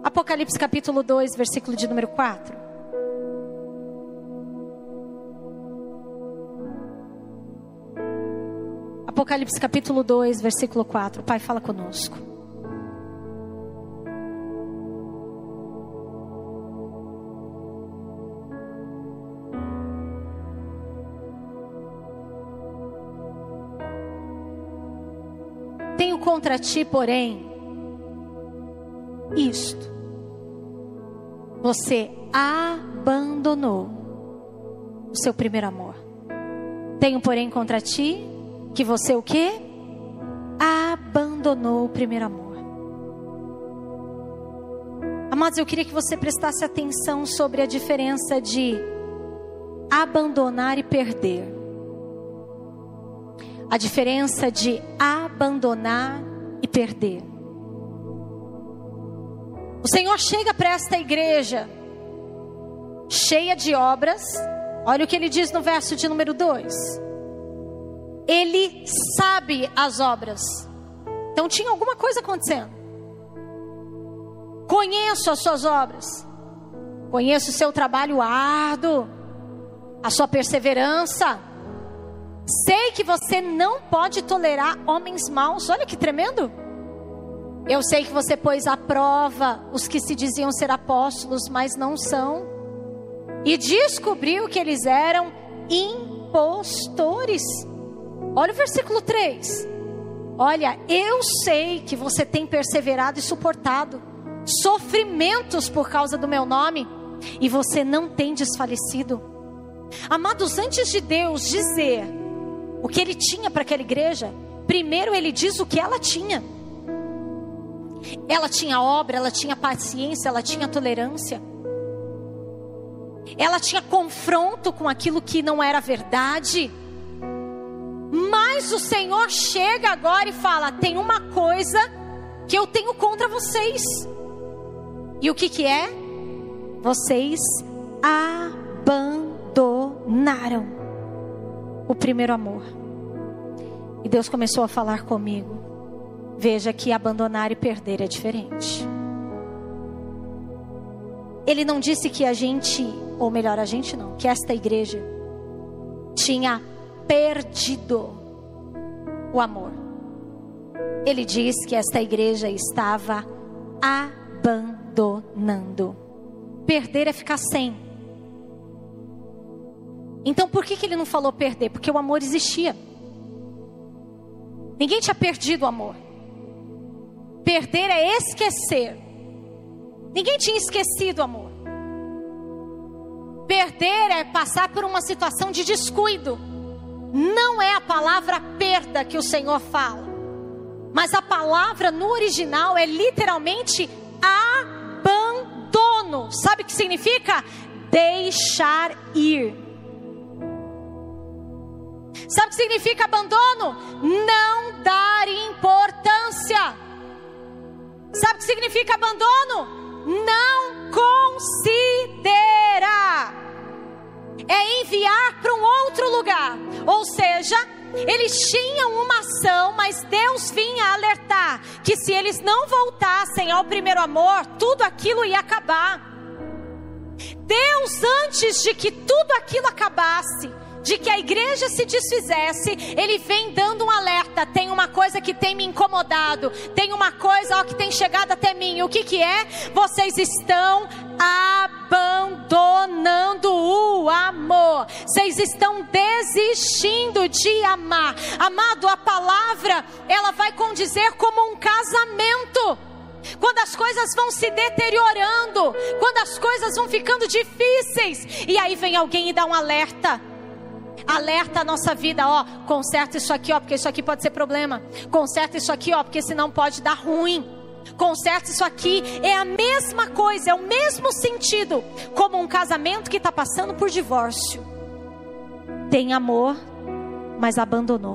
Apocalipse capítulo 2, versículo de número 4. Apocalipse capítulo 2, versículo 4. Pai, fala conosco. Tenho contra ti, porém, isto: você abandonou o seu primeiro amor. Tenho, porém, contra ti que você o quê? Abandonou o primeiro amor. Amados, eu queria que você prestasse atenção sobre a diferença de abandonar e perder. A diferença de abandonar e perder. O Senhor chega para esta igreja cheia de obras. Olha o que ele diz no verso de número 2. Ele sabe as obras. Então tinha alguma coisa acontecendo. Conheço as suas obras. Conheço o seu trabalho árduo, a sua perseverança. Sei que você não pode tolerar homens maus. Olha que tremendo. Eu sei que você pôs à prova os que se diziam ser apóstolos, mas não são. E descobriu que eles eram impostores. Olha o versículo 3. Olha, eu sei que você tem perseverado e suportado sofrimentos por causa do meu nome, e você não tem desfalecido. Amados, antes de Deus dizer o que ele tinha para aquela igreja, primeiro ele diz o que ela tinha. Ela tinha obra, ela tinha paciência, ela tinha tolerância. Ela tinha confronto com aquilo que não era verdade. Mas o Senhor chega agora e fala: tem uma coisa que eu tenho contra vocês. E o que é? Vocês abandonaram o primeiro amor. E Deus começou a falar comigo: veja que abandonar e perder é diferente. Ele não disse que a gente, ou melhor, a gente não, que esta igreja tinha perdido o amor. Ele diz que esta igreja estava abandonando. Perder é ficar sem. Então por que ele não falou perder? Porque o amor existia. Ninguém tinha perdido o amor. Perder é esquecer. Ninguém tinha esquecido o amor. Perder é passar por uma situação de descuido. Não é a palavra perda que o Senhor fala, mas a palavra no original é literalmente abandono. Sabe o que significa? Deixar ir. Sabe o que significa abandono? Não dar importância. Sabe o que significa abandono? Não considerar. É enviar para um outro lugar. Ou seja, eles tinham uma ação, mas Deus vinha alertar que se eles não voltassem ao primeiro amor, tudo aquilo ia acabar. Deus, antes de que tudo aquilo acabasse, de que a igreja se desfizesse, Ele vem dando um alerta: tem uma coisa que tem me incomodado, tem uma coisa que tem chegado até mim. O que é? Vocês estão abandonando o amor. Vocês estão desistindo de amar. Amado, a palavra, ela vai condizer como um casamento. Quando as coisas vão se deteriorando, quando as coisas vão ficando difíceis, e aí vem alguém e dá um alerta. Alerta a nossa vida: ó, conserta isso aqui, ó, porque isso aqui pode ser problema. Conserta isso aqui, ó, porque senão pode dar ruim. Conserta isso aqui. É a mesma coisa, é o mesmo sentido como um casamento que está passando por divórcio. Tem amor, mas abandonou.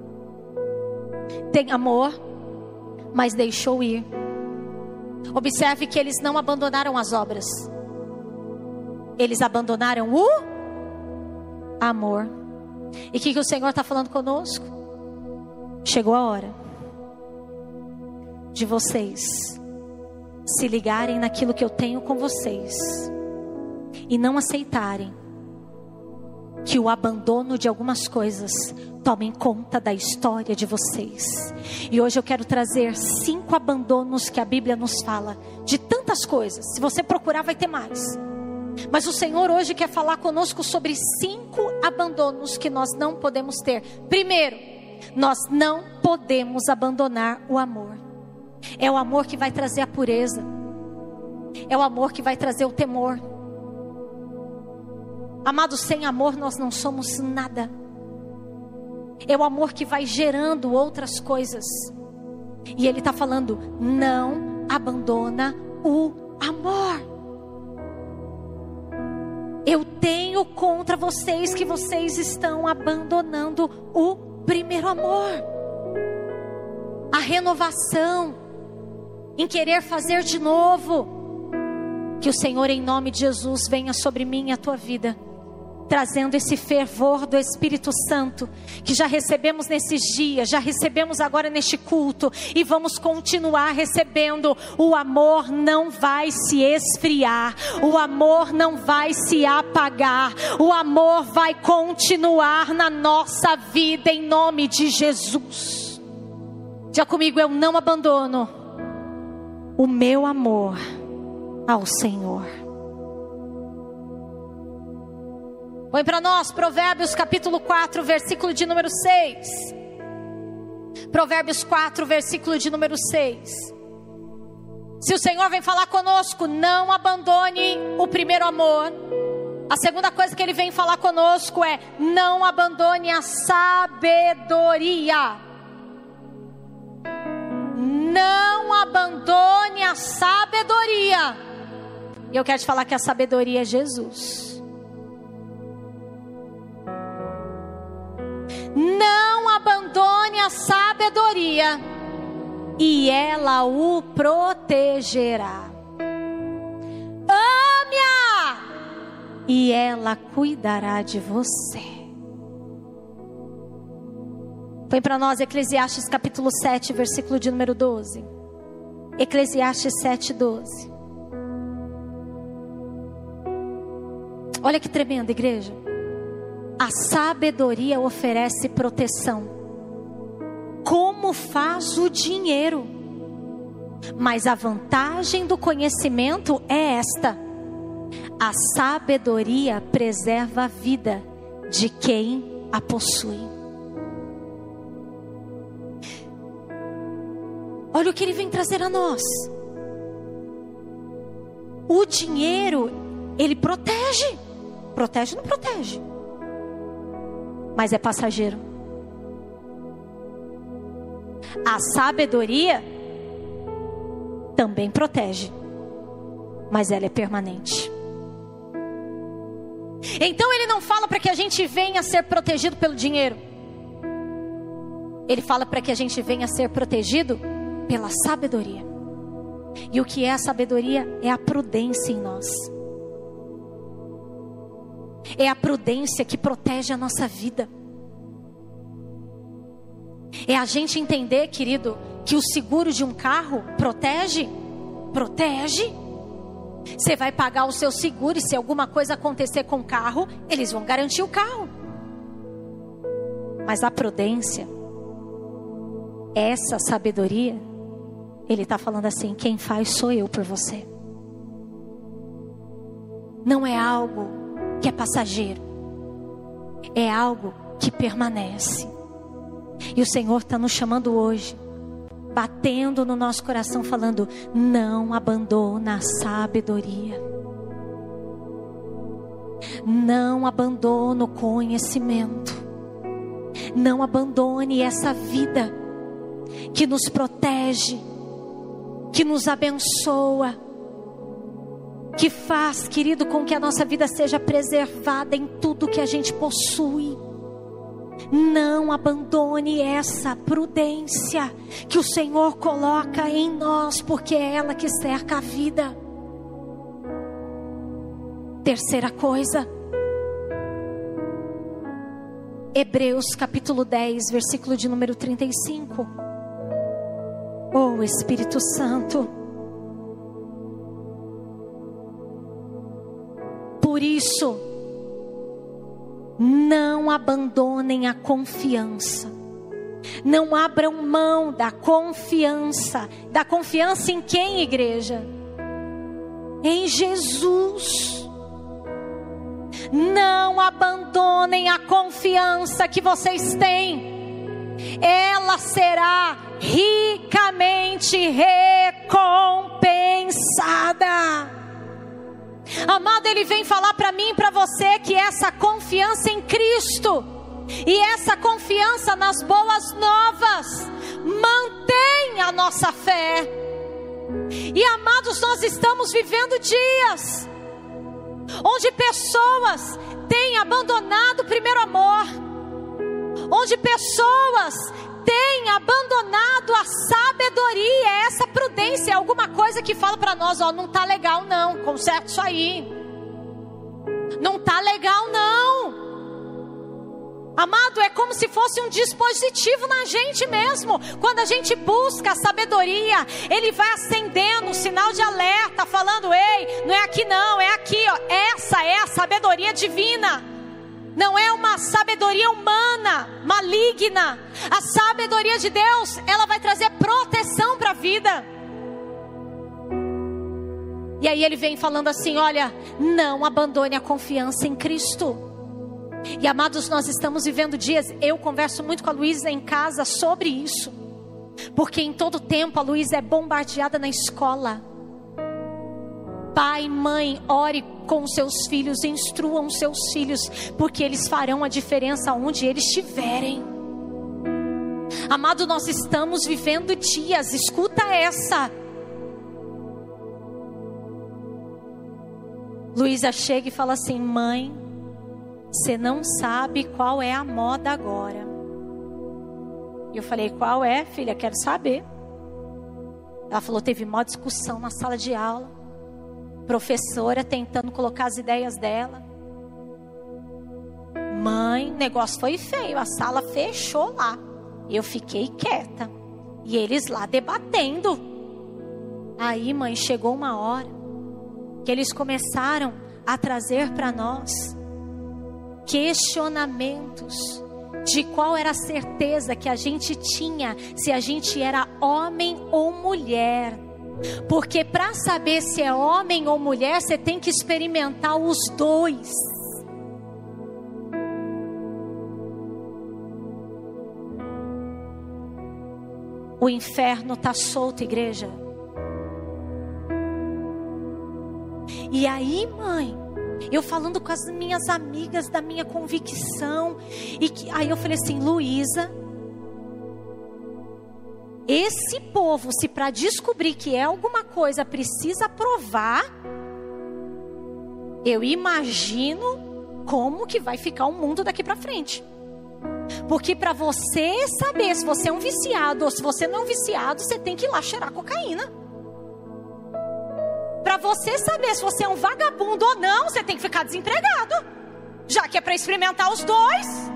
Tem amor, mas deixou ir. Observe que eles não abandonaram as obras, eles abandonaram o amor. E o que o Senhor está falando conosco? Chegou a hora de vocês se ligarem naquilo que eu tenho com vocês e não aceitarem que o abandono de algumas coisas tomem conta da história de vocês. E hoje eu quero trazer 5 abandonos que a Bíblia nos fala, de tantas coisas. Se você procurar vai ter mais. Mas o Senhor hoje quer falar conosco sobre 5 abandonos que nós não podemos ter. Primeiro, nós não podemos abandonar o amor. É o amor que vai trazer a pureza. É o amor que vai trazer o temor. Amados, sem amor nós não somos nada. É o amor que vai gerando outras coisas. E Ele está falando, não abandona o amor. Eu tenho contra vocês que vocês estão abandonando o primeiro amor. A renovação, em querer fazer de novo. Que o Senhor, em nome de Jesus, venha sobre mim e a tua vida, trazendo esse fervor do Espírito Santo, que já recebemos nesses dias, já recebemos agora neste culto, e vamos continuar recebendo. O amor não vai se esfriar, o amor não vai se apagar, o amor vai continuar na nossa vida, em nome de Jesus. Diga comigo, eu não abandono o meu amor ao Senhor. Põe para nós Provérbios capítulo 4, versículo de número 6. Provérbios 4, versículo de número 6. Se o Senhor vem falar conosco, não abandone o primeiro amor. A segunda coisa que Ele vem falar conosco é, não abandone a sabedoria. Não abandone a sabedoria. E eu quero te falar que a sabedoria é Jesus. Não abandone a sabedoria, e ela o protegerá. Ame-a, e ela cuidará de você. Põe para nós Eclesiastes capítulo 7, versículo de número 12. Eclesiastes 7, 12. Olha que tremendo, igreja. A sabedoria oferece proteção, como faz o dinheiro. Mas a vantagem do conhecimento é esta: a sabedoria preserva a vida de quem a possui. Olha o que Ele vem trazer a nós. O dinheiro, ele protege. Protege ou não protege? Mas é passageiro. A sabedoria também protege, mas ela é permanente. Então Ele não fala para que a gente venha a ser protegido pelo dinheiro. Ele fala para que a gente venha a ser protegido pela sabedoria. E o que é a sabedoria? É a prudência em nós. É a prudência que protege a nossa vida. É a gente entender, querido, que o seguro de um carro protege. Protege. Você vai pagar o seu seguro, e se alguma coisa acontecer com o carro, eles vão garantir o carro. Mas a prudência, essa sabedoria, Ele está falando assim, quem faz sou eu por você. Não é algo que é passageiro, é algo que permanece. E o Senhor está nos chamando hoje, batendo no nosso coração, falando, não abandona a sabedoria, não abandona o conhecimento, não abandone essa vida que nos protege, que nos abençoa, que faz, querido, com que a nossa vida seja preservada em tudo que a gente possui. Não abandone essa prudência que o Senhor coloca em nós, porque é ela que cerca a vida. Terceira coisa, Hebreus capítulo 10, versículo de número 35. Oh Espírito Santo, por isso, não abandonem a confiança. Não abram mão da confiança. Da confiança em quem, igreja? Em Jesus. Não abandonem a confiança que vocês têm. Ela será ricamente recompensada. Amado, Ele vem falar para mim e para você que essa confiança em Cristo e essa confiança nas boas novas mantém a nossa fé. E amados, nós estamos vivendo dias onde pessoas têm abandonado o primeiro amor, onde pessoas têm abandonado a sabedoria, essa prudência, alguma coisa que fala para nós, ó, não está legal não, conserta isso aí, não está legal não. Amado, é como se fosse um dispositivo na gente mesmo. Quando a gente busca a sabedoria, ele vai acendendo um sinal de alerta, falando, ei, não é aqui não, é aqui, ó. Essa é a sabedoria divina. Não é uma sabedoria humana, maligna. A sabedoria de Deus, ela vai trazer proteção para a vida. E aí ele vem falando assim, olha, não abandone a confiança em Cristo. E amados, nós estamos vivendo dias, eu converso muito com a Luísa em casa sobre isso, porque em todo tempo a Luísa é bombardeada na escola. Pai, mãe, ore com os seus filhos, instruam os seus filhos, porque eles farão a diferença onde eles estiverem. Amado, nós estamos vivendo dias, escuta essa. Luísa chega e fala assim, mãe, você não sabe qual é a moda agora. E eu falei, qual é, filha? Quero saber. Ela falou, teve mó discussão na sala de aula. Professora tentando colocar as ideias dela. Mãe, o negócio foi feio. A sala fechou lá. Eu fiquei quieta. E eles lá debatendo. Aí, mãe, chegou uma hora que eles começaram a trazer para nós questionamentos de qual era a certeza que a gente tinha, se a gente era homem ou mulher. Porque para saber se é homem ou mulher, você tem que experimentar os dois. O inferno está solto, igreja. E aí, mãe, eu falando com as minhas amigas da minha convicção, aí eu falei assim, Luísa, esse povo, se para descobrir que é alguma coisa precisa provar, eu imagino como que vai ficar o mundo daqui para frente. Porque para você saber se você é um viciado ou se você não é um viciado, você tem que ir lá cheirar cocaína. Para você saber se você é um vagabundo ou não, você tem que ficar desempregado. Já que é para experimentar os dois.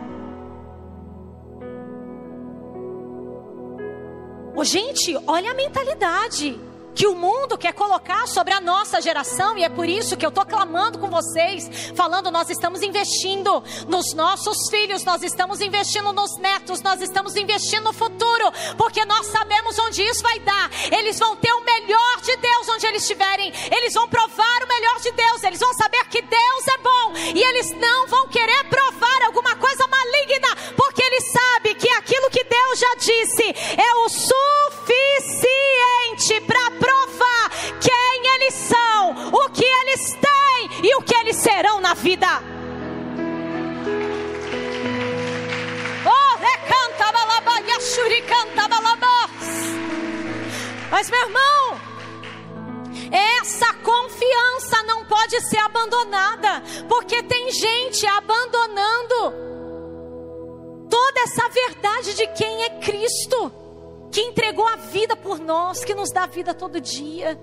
Ô, gente, olha a mentalidade que o mundo quer colocar sobre a nossa geração. E é por isso que eu estou clamando com vocês, falando, nós estamos investindo nos nossos filhos, nós estamos investindo nos netos, nós estamos investindo no futuro, porque nós sabemos onde isso vai dar. Eles vão ter o melhor de Deus onde eles estiverem, eles vão provar o melhor de Deus, eles vão saber que Deus é bom, e eles não vão querer provar alguma coisa maligna, porque eles sabem que aquilo que Deus já disse é o suficiente para provar quem eles são, o que eles têm e o que eles serão na vida. Oh, recanta balaba, yashuri canta balaba. Mas meu irmão, essa confiança não pode ser abandonada, porque tem gente abandonando toda essa verdade de quem é Cristo, que entregou a vida por nós, que nos dá vida todo dia.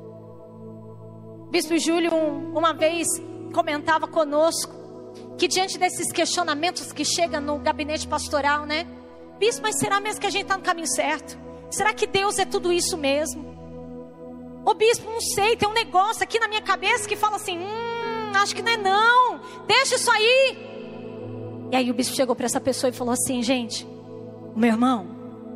Bispo Júlio uma vez comentava conosco que diante desses questionamentos que chegam no gabinete pastoral, né? Bispo, mas será mesmo que a gente está no caminho certo? Será que Deus é tudo isso mesmo? Ô bispo, não sei, tem um negócio aqui na minha cabeça que fala assim, acho que não é não, deixa isso aí. E aí o bispo chegou para essa pessoa e falou assim: gente, meu irmão,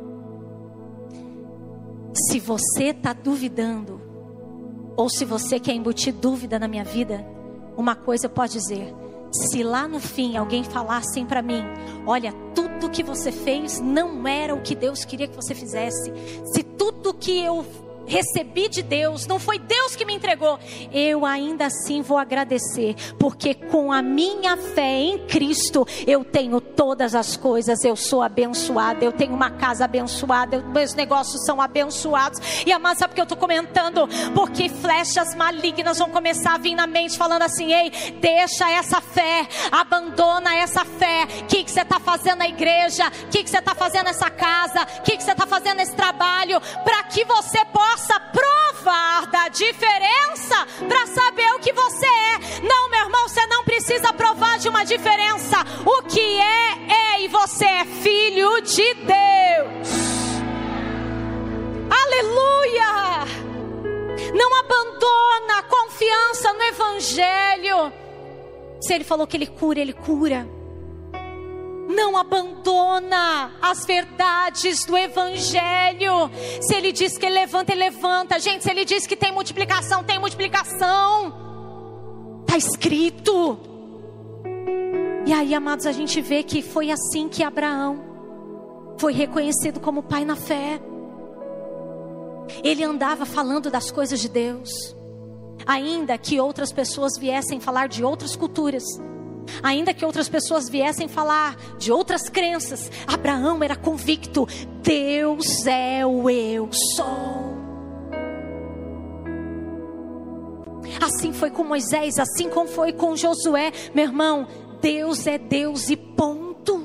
se você está duvidando, ou se você quer embutir dúvida na minha vida, uma coisa eu posso dizer: se lá no fim alguém falar assim para mim, olha, tudo que você fez não era o que Deus queria que você fizesse, se tudo que eu recebi de Deus não foi Deus que me entregou, eu ainda assim vou agradecer, porque com a minha fé em Cristo eu tenho todas as coisas, eu sou abençoada, eu tenho uma casa abençoada, meus negócios são abençoados. E amados, sabe por que eu estou comentando? Porque flechas malignas vão começar a vir na mente falando assim: ei, deixa essa fé, abandona essa fé. O que você está fazendo na igreja? O que você está fazendo nessa casa? O que você está fazendo nesse trabalho? Para que você possa provar da diferença, para saber o que você é. Não, meu irmão, você não precisa provar de uma diferença. O que é, e você é filho de Deus. Aleluia! Não abandona a confiança no Evangelho. Se Ele falou que Ele cura, Ele cura. Não abandona as verdades do Evangelho. Se Ele diz que Ele levanta. Gente, se Ele diz que tem multiplicação, tem multiplicação. Está escrito. E aí, amados, a gente vê que foi assim que Abraão foi reconhecido como pai na fé. Ele andava falando das coisas de Deus, ainda que outras pessoas viessem falar de outras culturas, ainda que outras pessoas viessem falar de outras crenças. Abraão era convicto: Deus é o eu sou. Assim foi com Moisés, assim como foi com Josué. Meu irmão, Deus é Deus e ponto.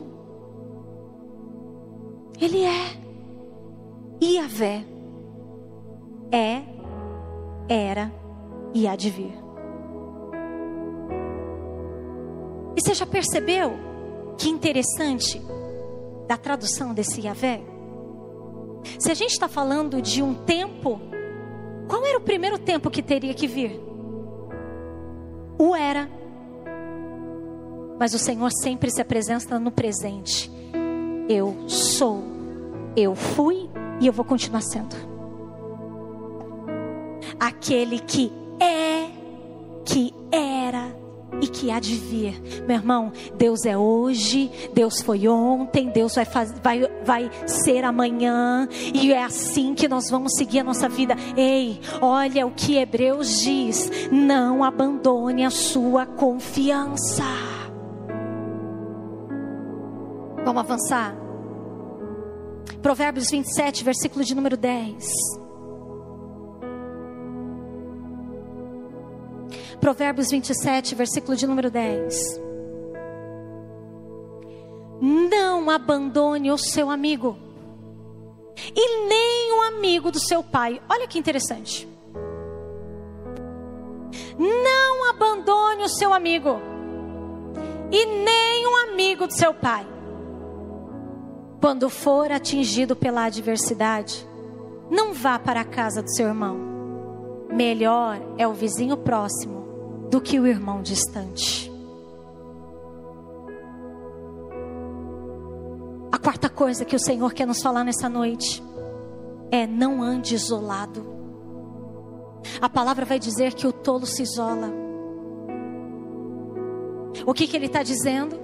Ele é. Yahvé é, era e há de vir. E você já percebeu que interessante da tradução desse Yahvé? Se a gente está falando de um tempo, qual era o primeiro tempo que teria que vir? O era. Mas o Senhor sempre se apresenta no presente. Eu sou, eu fui e eu vou continuar sendo. Aquele que é, que era e que há de vir. Meu irmão, Deus é hoje, Deus foi ontem, Deus vai ser amanhã. E é assim que nós vamos seguir a nossa vida. Ei, olha o que Hebreus diz: não abandone a sua confiança. Vamos avançar. Provérbios 27, versículo de número 10. Provérbios 27, versículo de número 10. Não abandone o seu amigo, e nem o amigo do seu pai. Olha que interessante. Não abandone o seu amigo, e nem o amigo do seu pai. Quando for atingido pela adversidade, não vá para a casa do seu irmão. Melhor é o vizinho próximo do que o irmão distante. A quarta coisa que o Senhor quer nos falar nessa noite é: não ande isolado. A palavra vai dizer que o tolo se isola. O que ele está dizendo?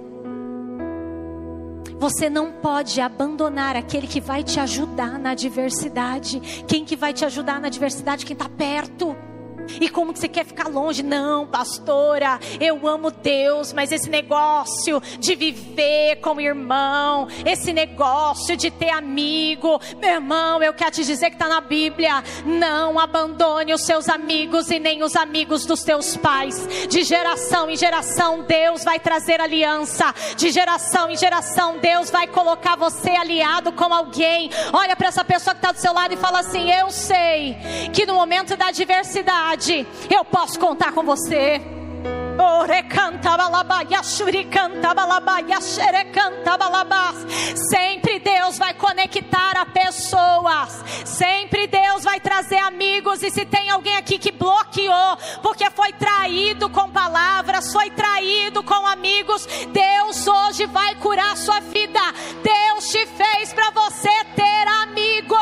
Você não pode abandonar aquele que vai te ajudar na adversidade. Quem que vai te ajudar na adversidade? Quem está perto. E como que você quer ficar longe? Não, pastora, eu amo Deus, mas esse negócio de viver como irmão, esse negócio de ter amigo, meu irmão, eu quero te dizer que está na Bíblia: não abandone os seus amigos e nem os amigos dos teus pais. De geração em geração Deus vai trazer aliança. De geração em geração Deus vai colocar você aliado com alguém. Olha para essa pessoa que está do seu lado e fala assim: eu sei que no momento da adversidade eu posso contar com você. Sempre Deus vai conectar a pessoas. Sempre Deus vai trazer amigos. E se tem alguém aqui que bloqueou, porque foi traído com palavras, foi traído com amigos, Deus hoje vai curar sua vida. Deus te fez para você ter amigos.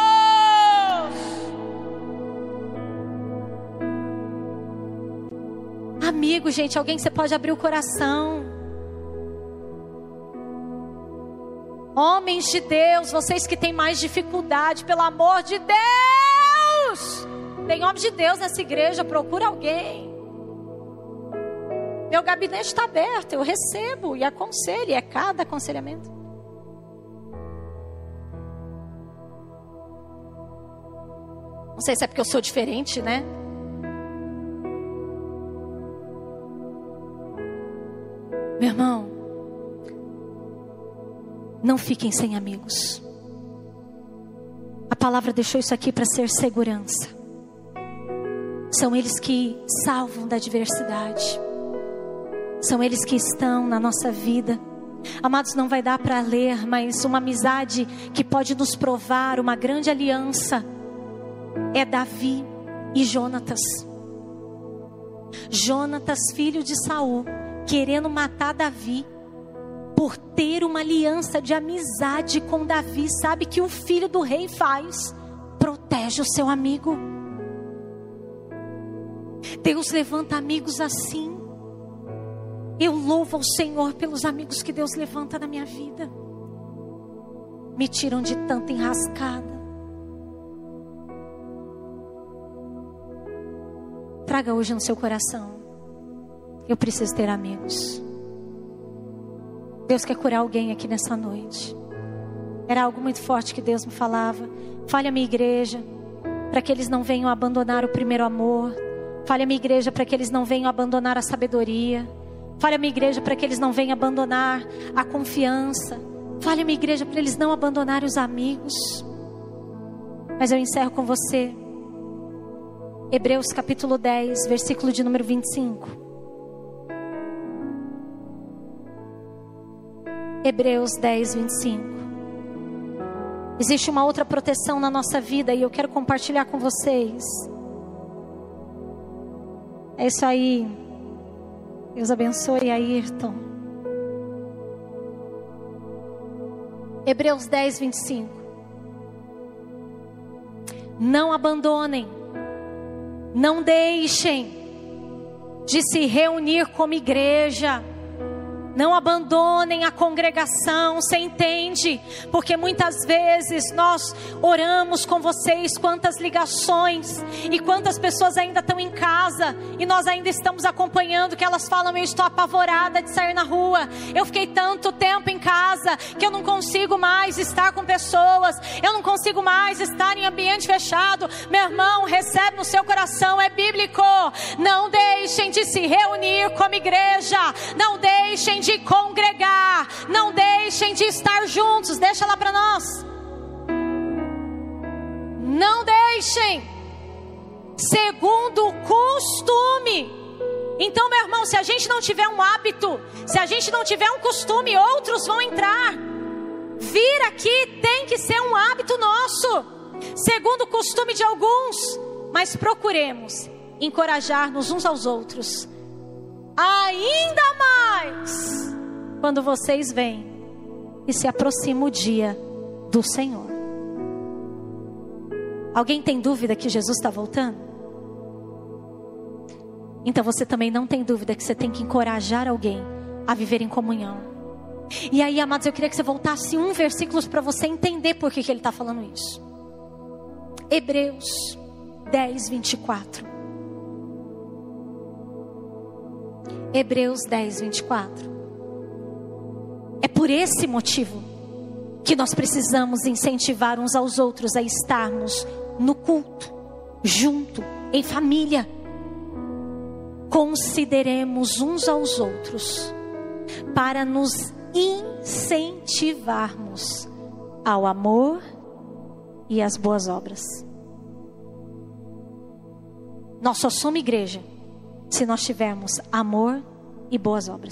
Amigo, gente, alguém que você pode abrir o coração. Homens de Deus, vocês que têm mais dificuldade, pelo amor de Deus. Tem homem de Deus nessa igreja, procura alguém. Meu gabinete está aberto, eu recebo e aconselho, e é cada aconselhamento. Não sei se é porque eu sou diferente, né? Meu irmão, não fiquem sem amigos. A palavra deixou isso aqui para ser segurança. São eles que salvam da adversidade. São eles que estão na nossa vida. Amados, não vai dar para ler, mas uma amizade que pode nos provar uma grande aliança é Davi e Jonatas. Jonatas, filho de Saul, querendo matar Davi, por ter uma aliança de amizade com Davi. Sabe que o filho do rei faz? Protege o seu amigo. Deus levanta amigos assim. Eu louvo ao Senhor pelos amigos que Deus levanta na minha vida. Me tiram de tanta enrascada. Traga hoje no seu coração: eu preciso ter amigos. Deus quer curar alguém aqui nessa noite. Era algo muito forte que Deus me falava. Fale a minha igreja, para que eles não venham abandonar o primeiro amor. Fale a minha igreja, para que eles não venham abandonar a sabedoria. Fale a minha igreja, para que eles não venham abandonar a confiança. Fale a minha igreja, para eles não abandonarem os amigos. Mas eu encerro com você. Hebreus capítulo 10, versículo de número 25. Hebreus 10, 25. Existe uma outra proteção na nossa vida e eu quero compartilhar com vocês. É isso aí. Deus abençoe, Ayrton. Hebreus 10, 25. Não abandonem, não deixem de se reunir como igreja. Não abandonem a congregação, você entende? Porque muitas vezes nós oramos com vocês, quantas ligações, e quantas pessoas ainda estão em casa, e nós ainda estamos acompanhando, que elas falam: eu estou apavorada de sair na rua, eu fiquei tanto tempo em casa, que eu não consigo mais estar com pessoas, eu não consigo mais estar em ambiente fechado. Meu irmão, recebe no seu coração, é bíblico. Não deixem de se reunir como igreja, não deixem de congregar, não deixem de estar juntos. Deixa lá para nós. Não deixem, segundo o costume. Então, meu irmão, se a gente não tiver um hábito, se a gente não tiver um costume, outros vão entrar. Vir aqui tem que ser um hábito nosso, segundo o costume de alguns. Mas procuremos encorajar-nos uns aos outros, ainda mais quando vocês vêm e se aproxima o dia do Senhor. Alguém tem dúvida que Jesus está voltando? Então você também não tem dúvida que você tem que encorajar alguém a viver em comunhão. E aí, amados, eu queria que você voltasse um versículo para você entender por que ele está falando isso. Hebreus 10, 24. Hebreus 10, 24. É por esse motivo que nós precisamos incentivar uns aos outros a estarmos no culto, junto, em família. Consideremos uns aos outros para nos incentivarmos ao amor e às boas obras. Nós só somos igreja se nós tivermos amor e boas obras.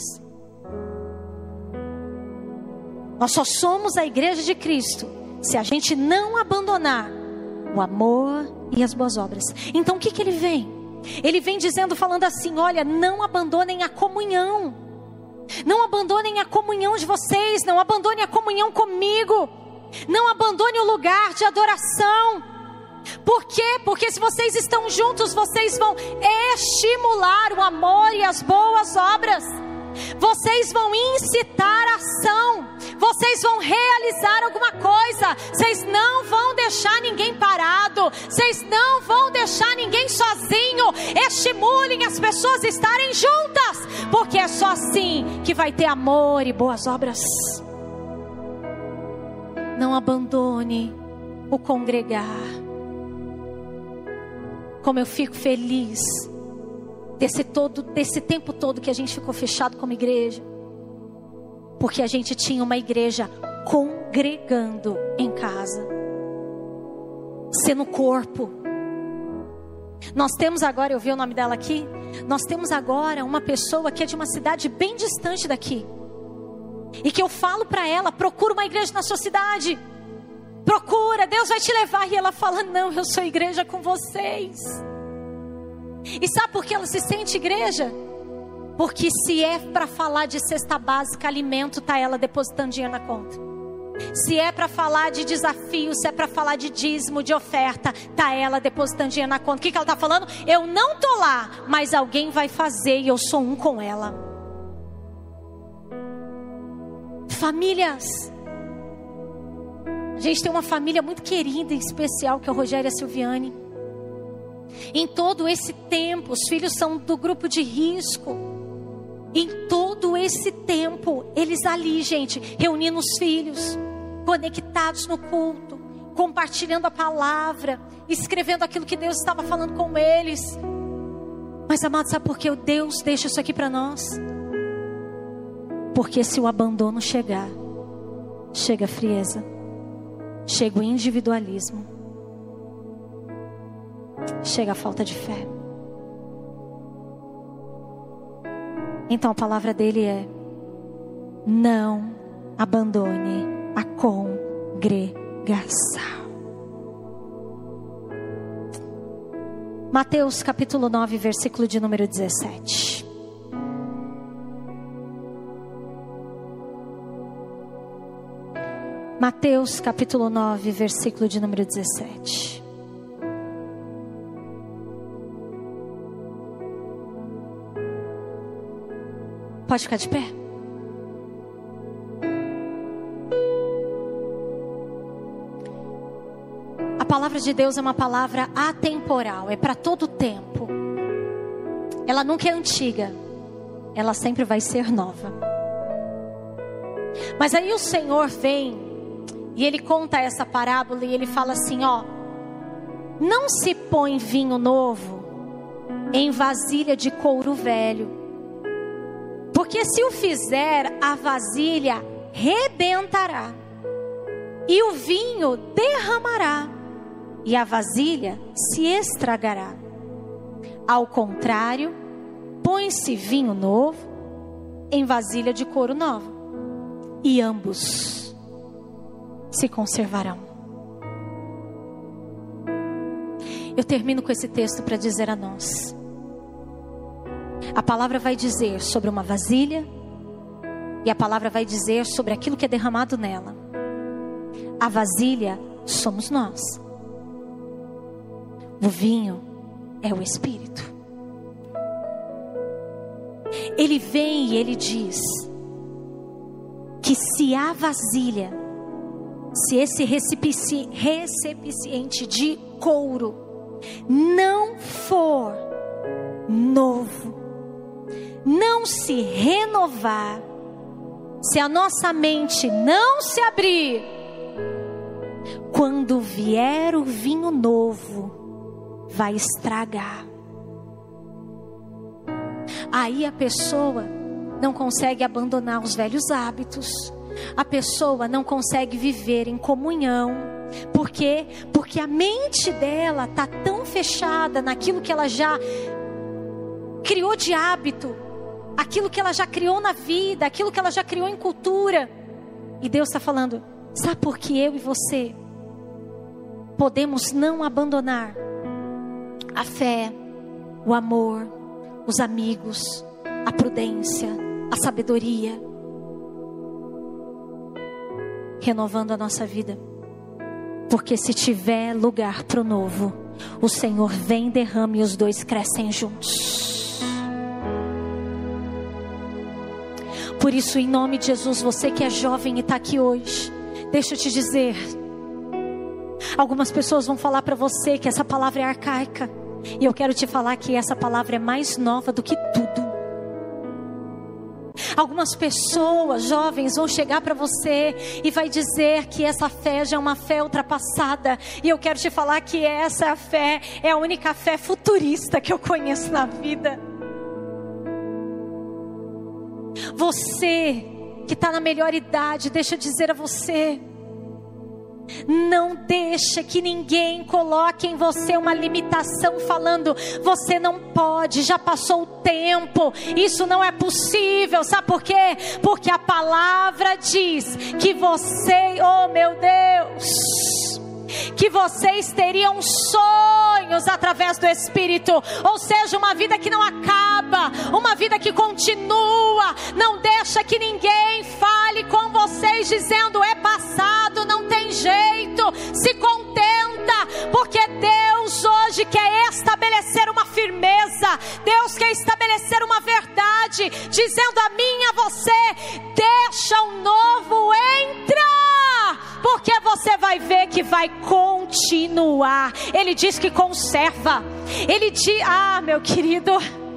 Nós só somos a igreja de Cristo se a gente não abandonar o amor e as boas obras. Então o que ele vem? Ele vem dizendo, falando assim: olha, não abandonem a comunhão. Não abandonem a comunhão de vocês. Não abandonem a comunhão comigo. Não abandone o lugar de adoração. Por quê? Porque se vocês estão juntos, vocês vão estimular o amor e as boas obras. Vocês vão incitar a ação. Vocês vão realizar alguma coisa. Vocês não vão deixar ninguém parado. Vocês não vão deixar ninguém sozinho. Estimulem as pessoas a estarem juntas, porque é só assim que vai ter amor e boas obras. Não abandone o congregar. Como eu fico feliz desse tempo todo que a gente ficou fechado como igreja, porque a gente tinha uma igreja congregando em casa, sendo corpo. Nós temos agora, eu vi o nome dela aqui, nós temos agora uma pessoa que é de uma cidade bem distante daqui, e que eu falo para ela: procura uma igreja na sua cidade, procura, Deus vai te levar. E ela fala: não, eu sou igreja com vocês. E sabe por que ela se sente igreja? Porque se é para falar de cesta básica, alimento, tá ela depositando dinheiro na conta. Se é para falar de desafio, se é para falar de dízimo, de oferta, tá ela depositando dinheiro na conta. O que ela tá falando? Eu não tô lá, mas alguém vai fazer e eu sou um com ela. Famílias, a gente tem uma família muito querida e especial, que é o Rogério e a Silviane. Em todo esse tempo, os filhos são do grupo de risco. Em todo esse tempo, eles ali, gente, reunindo os filhos, conectados no culto, compartilhando a palavra, escrevendo aquilo que Deus estava falando com eles. Mas, amado, sabe por que Deus deixa isso aqui para nós? Porque se o abandono chegar, chega a frieza, chega o individualismo, chega a falta de fé. Então a palavra dele é: não abandone a congregação. Mateus capítulo 9, versículo de número 17. Mateus capítulo 9, versículo de número 17. Pode ficar de pé? A palavra de Deus é uma palavra atemporal, é para todo tempo. Ela nunca é antiga, ela sempre vai ser nova. Mas aí o Senhor vem e Ele conta essa parábola e Ele fala assim: ó, não se põe vinho novo em vasilha de couro velho, porque se o fizer, a vasilha rebentará, e o vinho derramará, e a vasilha se estragará. Ao contrário, põe-se vinho novo em vasilha de couro nova, e ambos se conservarão. Eu termino com esse texto para dizer a nós: a palavra vai dizer sobre uma vasilha, e a palavra vai dizer sobre aquilo que é derramado nela. A vasilha somos nós. O vinho é o Espírito. Ele vem e ele diz que se a vasilha, se esse recipiente de couro não for novo, não se renovar, se a nossa mente não se abrir, quando vier o vinho novo, vai estragar. Aí a pessoa não consegue abandonar os velhos hábitos, a pessoa não consegue viver em comunhão. Por quê? Porque a mente dela está tão fechada naquilo que ela já criou de hábito, aquilo que ela já criou na vida, aquilo que ela já criou em cultura. E Deus está falando: sabe por que eu e você podemos não abandonar a fé, o amor, os amigos, a prudência, a sabedoria, renovando a nossa vida? Porque se tiver lugar para o novo, o Senhor vem, derrama e os dois crescem juntos. Por isso, em nome de Jesus, você que é jovem e está aqui hoje, deixa eu te dizer, algumas pessoas vão falar para você que essa palavra é arcaica, e eu quero te falar que essa palavra é mais nova do que tudo. Algumas pessoas jovens vão chegar para você e vai dizer que essa fé já é uma fé ultrapassada. E eu quero te falar que essa fé é a única fé futurista que eu conheço na vida. Você que está na melhor idade, deixa eu dizer a você: não deixa que ninguém coloque em você uma limitação falando: você não pode, já passou o tempo, isso não é possível. Sabe por quê? Porque a palavra diz que você, oh meu Deus, que vocês teriam sonhos através do Espírito, ou seja, uma vida que não acaba, uma vida que continua. Não deixa que ninguém fale com vocês dizendo: é passado, não tem jeito, se contenta, porque Deus hoje quer estabelecer uma firmeza, Deus quer estabelecer uma verdade, dizendo a mim e a você: deixa o novo entrar, porque você vai ver que vai continuar. Ele diz que conserva. Ele diz, meu querido,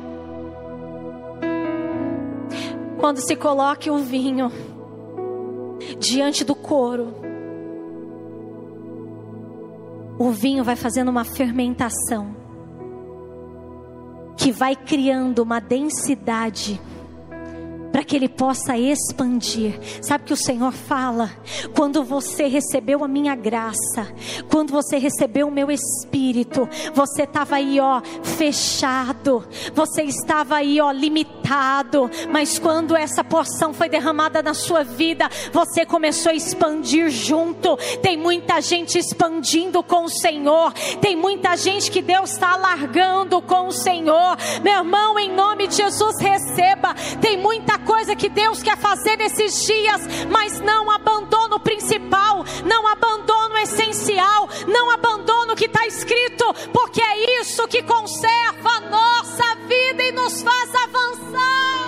quando se coloque o vinho diante do couro, o vinho vai fazendo uma fermentação que vai criando uma densidade para que ele possa expandir. Sabe o que o Senhor fala? Quando você recebeu a minha graça, quando você recebeu o meu Espírito, você estava aí fechado, você estava aí limitado, mas quando essa porção foi derramada na sua vida, você começou a expandir junto. Tem muita gente expandindo com o Senhor, tem muita gente que Deus está alargando com o Senhor. Meu irmão, em nome de Jesus, receba. Tem muita coisa que Deus quer fazer nesses dias, mas não abandona o principal, não abandona o essencial, não abandona o que está escrito, porque é isso que conserva a nossa vida e nos faz avançar.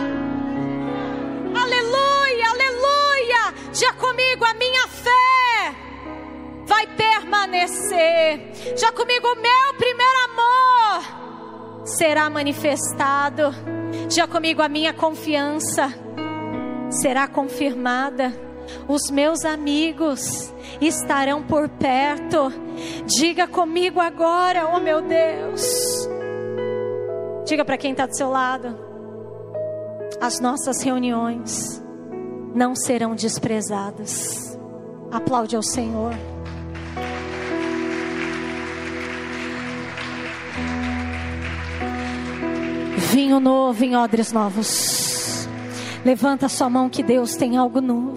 Aleluia, aleluia. Diga comigo: a minha fé vai permanecer. Diga comigo: o meu primeiro amor será manifestado. Diga comigo: a minha confiança será confirmada. Os meus amigos estarão por perto. Diga comigo agora: oh meu Deus. Diga para quem está do seu lado: as nossas reuniões não serão desprezadas. Aplaude ao Senhor. Vinho novo em odres novos. Levanta sua mão que Deus tem algo novo.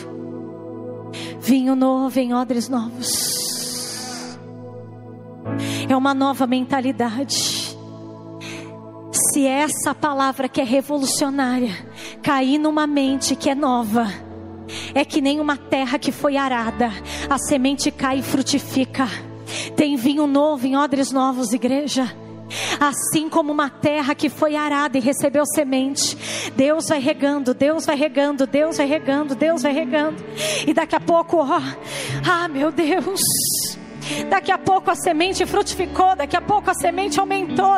Vinho novo em odres novos. É uma nova mentalidade. Se essa palavra que é revolucionária cair numa mente que é nova, é que nem uma terra que foi arada, a semente cai e frutifica. Tem vinho novo em odres novos, igreja. Assim como uma terra que foi arada e recebeu semente, Deus vai regando, Deus vai regando, Deus vai regando, Deus vai regando. E daqui a pouco, meu Deus, daqui a pouco a semente frutificou, daqui a pouco a semente aumentou.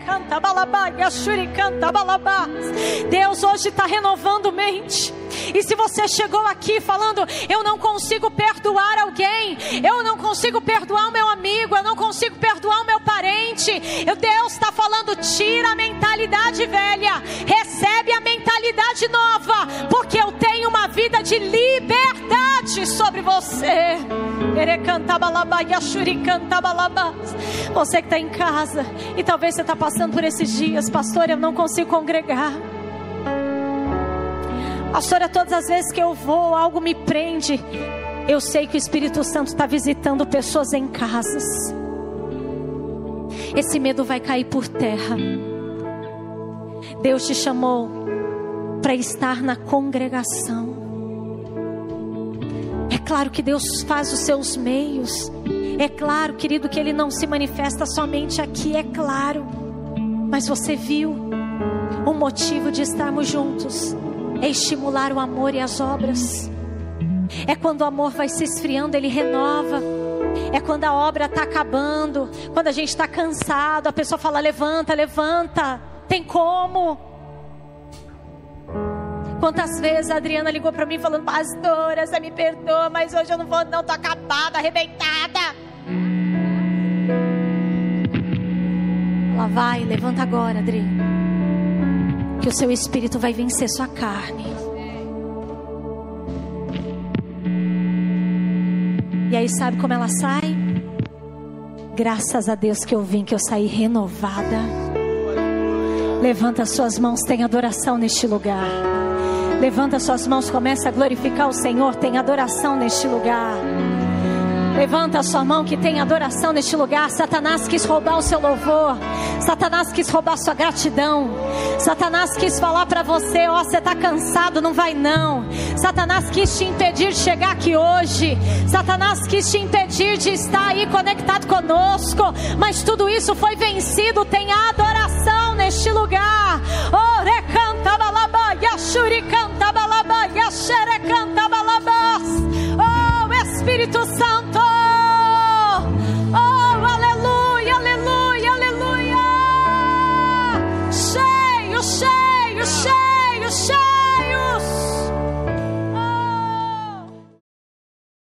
Deus hoje está renovando mente. E se você chegou aqui falando: eu não consigo perdoar alguém, eu não consigo perdoar o meu amigo, eu não consigo perdoar o meu parente, Deus está falando: tira a mentalidade velha, recebe a mentalidade nova, porque eu tenho uma vida de liberdade. autoridade sobre você. Você que está em casa e talvez você está passando por esses dias: pastor, eu não consigo congregar. Pastora, todas as vezes que eu vou, algo me prende. Eu sei que o Espírito Santo está visitando pessoas em casas. Esse medo vai cair por terra. Deus te chamou para estar na congregação. É claro que Deus faz os seus meios. É claro, querido, que Ele não se manifesta somente aqui, é claro. Mas você viu, o motivo de estarmos juntos é estimular o amor e as obras. É quando o amor vai se esfriando, Ele renova. É quando a obra está acabando, quando a gente está cansado, a pessoa fala: levanta, levanta, tem como. Quantas vezes a Adriana ligou para mim falando: pastora, você me perdoa, mas hoje eu não vou não, estou acabada, arrebentada. Ela vai, levanta agora, Adri, que o seu espírito vai vencer sua carne. E aí sabe como ela sai? Graças a Deus que eu vim, que eu saí renovada. Levanta suas mãos, tem adoração neste lugar. Levanta suas mãos, começa a glorificar o Senhor, tem adoração neste lugar. Levanta a sua mão que tem adoração neste lugar. Satanás quis roubar o seu louvor. Satanás quis roubar a sua gratidão. Satanás quis falar para você: ó, você está cansado, não vai não. Satanás quis te impedir de chegar aqui hoje. Satanás quis te impedir de estar aí conectado conosco. Mas tudo isso foi vencido. Tem adoração neste lugar. Ore canta balaba, yashuri canta.